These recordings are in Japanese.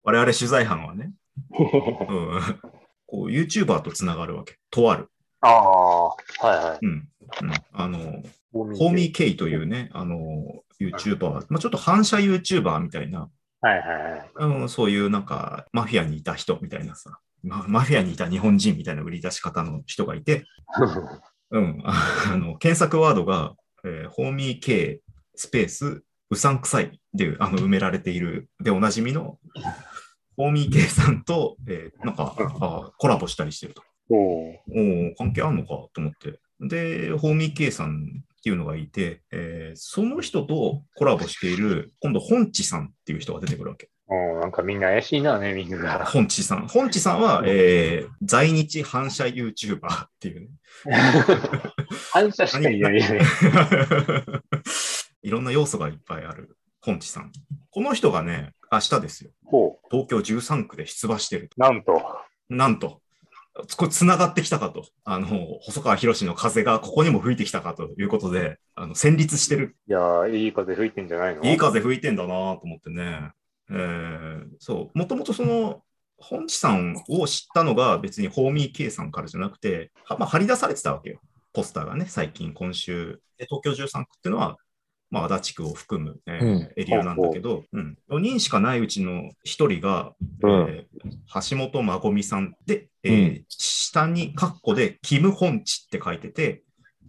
我々取材班はね、うん、こう YouTuber とつながるわけ。とある。 ああ、はいはい。 うん。うん、 ホホーミーーケイというね、YouTuber、まあ、ちょっと反射 YouTuber みたいな、 はいはいはい。 そういうなんか、マフィアにいた人みたいなさ、マフィアにいた日本人みたいな売り出し方の人がいて、うん、検索ワードが、ホーミー系スペースうさんくさいで埋められているでおなじみのホーミー系さんと、なんかコラボしたりしてると。 お関係あんのかと思って。で、ホーミー系さんっていうのがいて、その人とコラボしている、今度、本地さんっていう人が出てくるわけ。 なんかみんな怪しいな、ネーミングが。 本地さん。本地さんは、在日反射 YouTuber っていうね。 反射しかいないよね。 いろんな要素がいっぱいある本地さん。この人がね、明日ですよ。 ほ東京13区で出馬してると。 う。なんと。 なんと、これ繋がってきたかと。細川博の風がここにも吹いてきたかということで、戦慄してる。 いやー、いい風吹いてんじゃないの？ いい風吹いてんだなと思ってね。そう。もともとその、本地さんを知ったのが別にホーミー K さんからじゃなくて、まあ、張り出されてたわけよ。ポスターがね、最近、今週。で東京13区っていうのは、まあ、足立区を含む、エリアなんだけど、4人しかないうちの1人が、橋本まごみさんで、下にカッコでキム・ホンチって書いてて、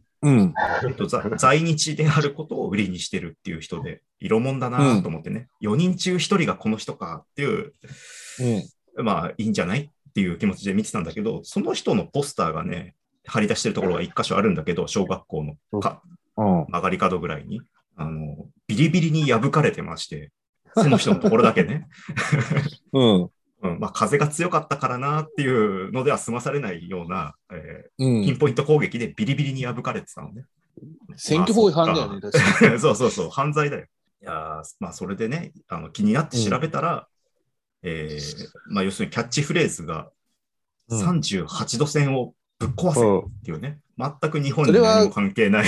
在日であることを売りにしてるっていう人で、色もんだなと思ってね、4人中1人がこの人かっていう、まあいいんじゃないっていう気持ちで見てたんだけど、その人のポスターがね、貼り出してるところが1箇所あるんだけど、小学校の曲がり角ぐらいに、ビリビリに破かれてまして、その人のところだけね。まあ、風が強かったからなっていうのでは済まされないような、ピンポイント攻撃でビリビリに破かれてたのね。 選挙法違反だよね、確かに。そうそうそう、犯罪だよ。いやまあ、それでね、気になって調べたら、まあ、要するにキャッチフレーズが38度線をぶっ壊せっていうね、全く日本に何も関係ない。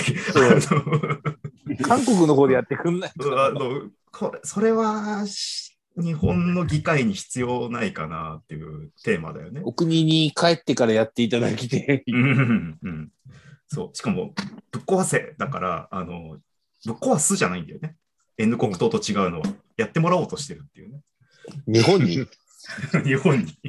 韓国の方でやってくんないそれは、日本の議会に必要ないかなっていうテーマだよね。 お国に帰ってからやっていただきて。 そう。しかも、ぶっ壊せだから、ぶっ壊すじゃないんだよね。N 国党と違うのは。やってもらおうとしてるっていうね。 日本に日本に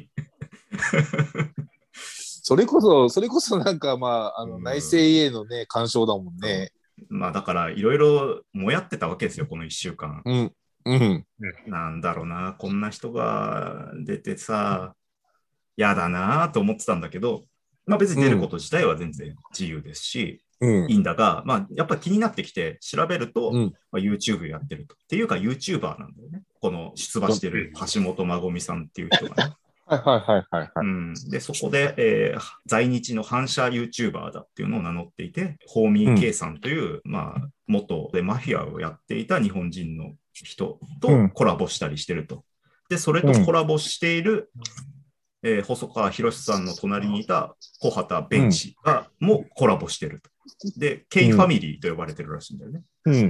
それこそなんか、まあ、内政へのね、干渉だもんね。 まあ、だから、いろいろもやってたわけですよ、この1週間。なんだろうな、こんな人が出てさ、嫌だなと思ってたんだけど、まあ別に出ること自体は全然自由ですし、いいんだが、まあやっぱ気になってきて調べると、まあ、YouTube やってると。っていうか YouTuber なんだよね。この出馬してる橋本まごみさんっていう人がね。で、そこで、在日の反射 YouTuber だっていうのを名乗っていて、ホーミー K さんという、まあ、元でマフィアをやっていた日本人の人とコラボしたりしてると。で、それとコラボしている、細川博さんの隣にいた小畑弁士が、もコラボしてると。で、K ファミリーと呼ばれてるらしいんだよね。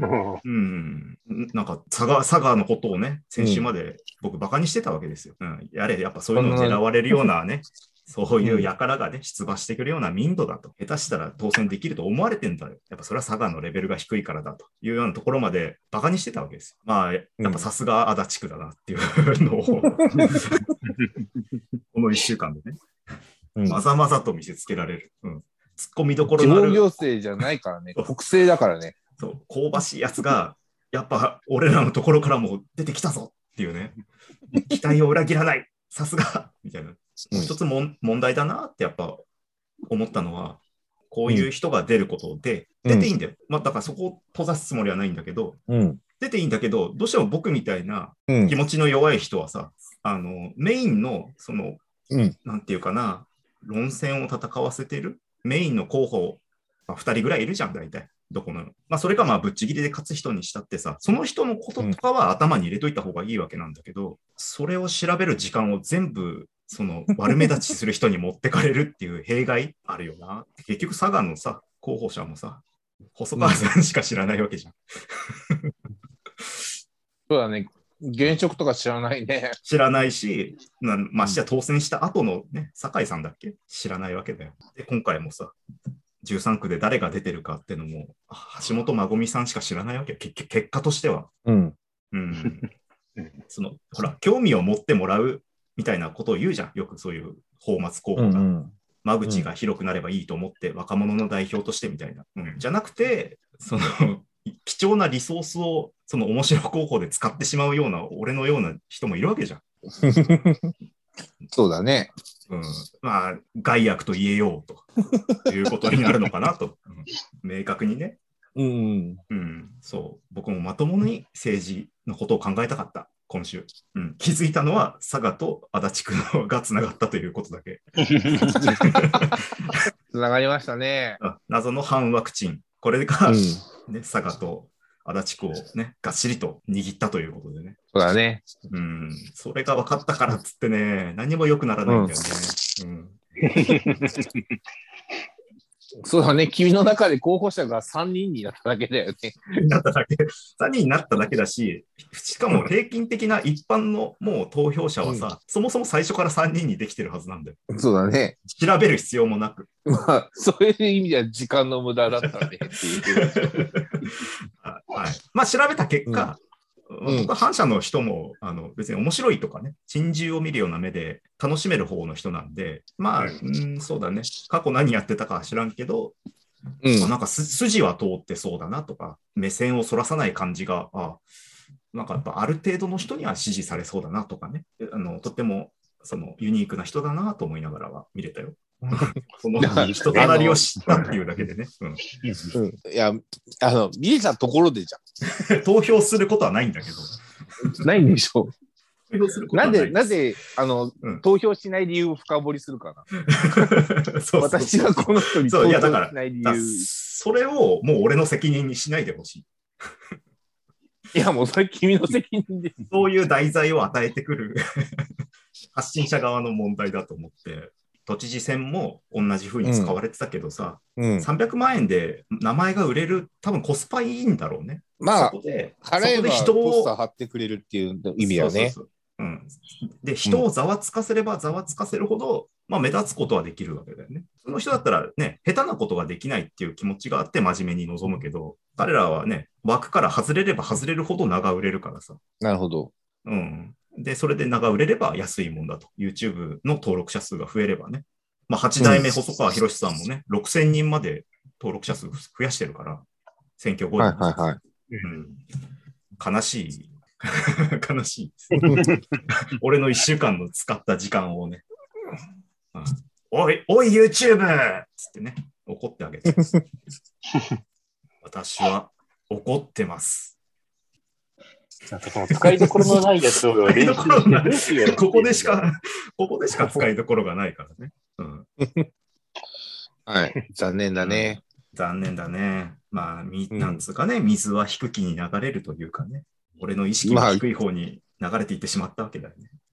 なんか佐賀のことをね、先週まで僕バカにしてたわけですよ。やれ、やっぱそういうのを狙われるようなね、そういう輩がね、出馬してくるような民度だと。下手したら当選できると思われてんだよ。やっぱそれは佐賀のレベルが低いからだというようなところまでバカにしてたわけです。まあ、やっぱさすが足立区だなっていうのを、この1週間でね、まざまざと見せつけられる。突っ込みどころのある。 地方行政じゃないからね、国政だからね。 そう、香ばしいやつが、やっぱ俺らのところからも出てきたぞっていうね、期待を裏切らない、さすがみたいな。もう一つ問題だなってやっぱ思ったのは、こういう人が出ることで、出ていいんだよ。まあだからそこを閉ざすつもりはないんだけど、出ていいんだけど、どうしても僕みたいな気持ちの弱い人はさ、メインの、その、なんていうかな、論戦を戦わせてるメインの候補、まあ、2人ぐらいいるじゃん、大体。どこの。まあ、それかまあ、ぶっちぎりで勝つ人にしたってさ、その人のこととかは頭に入れといた方がいいわけなんだけど、それを調べる時間を全部、その悪目立ちする人に持ってかれるっていう弊害あるよな。結局、佐賀のさ、候補者もさ、細川さんしか知らないわけじゃん。 そうだね。 現職とか知らないね。 知らないし、ましてや当選した後のね、酒井さんだっけ知らないわけだよ。で、今回もさ、13区で誰が出てるかってのも、橋本まごみさんしか知らないわけよ。結果としては。 うん。 ほら、興味を持ってもらうみたいなことを言うじゃん。よくそういう泡沫候補が。間口が広くなればいいと思って、若者の代表としてみたいな。じゃなくて、貴重なリソースをその面白候補で使ってしまうような俺のような人もいるわけじゃん。 そうだね。 まあ害悪と言えようということになるのかなと、明確にね。そう。僕もまともに政治のことを考えたかった。今週、気づいたのは佐賀と足立区のがつながったということだけ。 つながりましたね。 謎の反ワクチン。これが、ね、佐賀と足立区をね、がっしりと握ったということでね。 そうだね。 それが分かったからっつってね、何も良くならないんだよね。 そうだね。君の中で候補者が3人になっただけだよね。 3人になっただけだし、しかも平均的な一般のもう投票者はさ、そもそも最初から3人にできてるはずなんだよ。 そうだね。 調べる必要もなく。 まあ、そういう意味では時間の無駄だったねっていう。 はい。まあ、調べた結果、僕は反社の人も別に面白いとかね、珍獣を見るような目で楽しめる方の人なんで、まあ、そうだね、過去何やってたかは知らんけど、なんか筋は通ってそうだなとか、目線をそらさない感じが、なんかやっぱある程度の人には支持されそうだなとかね、とってもユニークな人だなと思いながらは見れたよ。その人となりを知ったっていうだけでね。 いや、見れたところでじゃん。投票することはないんだけど。 ないんでしょう。投票することはない。 なぜ、投票しない理由を深掘りするかな。私がこの人に投票しない理由。 それをもう俺の責任にしないでほしい。 いや、もうそれ君の責任です。 そういう題材を与えてくる発信者側の問題だと思って。都知事選も同じ風に使われてたけどさ、300万円で名前が売れる、多分コスパいいんだろうね。 まあ、払えばポスター貼ってくれるっていう意味だね。 で、人をざわつかせればざわつかせるほど、まあ、目立つことはできるわけだよね。その人だったらね、下手なことができないっていう気持ちがあって真面目に臨むけど、彼らはね、枠から外れれば外れるほど名が売れるからさ。 なるほど。 で、それで名が売れれば安いもんだと。YouTube の登録者数が増えればね。まあ、8代目細川博さんもね、6000人まで登録者数増やしてるから、選挙後に。悲しい。悲しいです。俺の1週間の使った時間をね、おい YouTube! つってね、怒ってあげて。私は怒ってます。 なんかその使いどころのないやつを練習してここでしか使いどころがないからね。 はい、残念だね。 残念だね。まあ、なんつうかね、水は低きに流れるというかね、俺の意識が低い方に流れていってしまったわけだよね。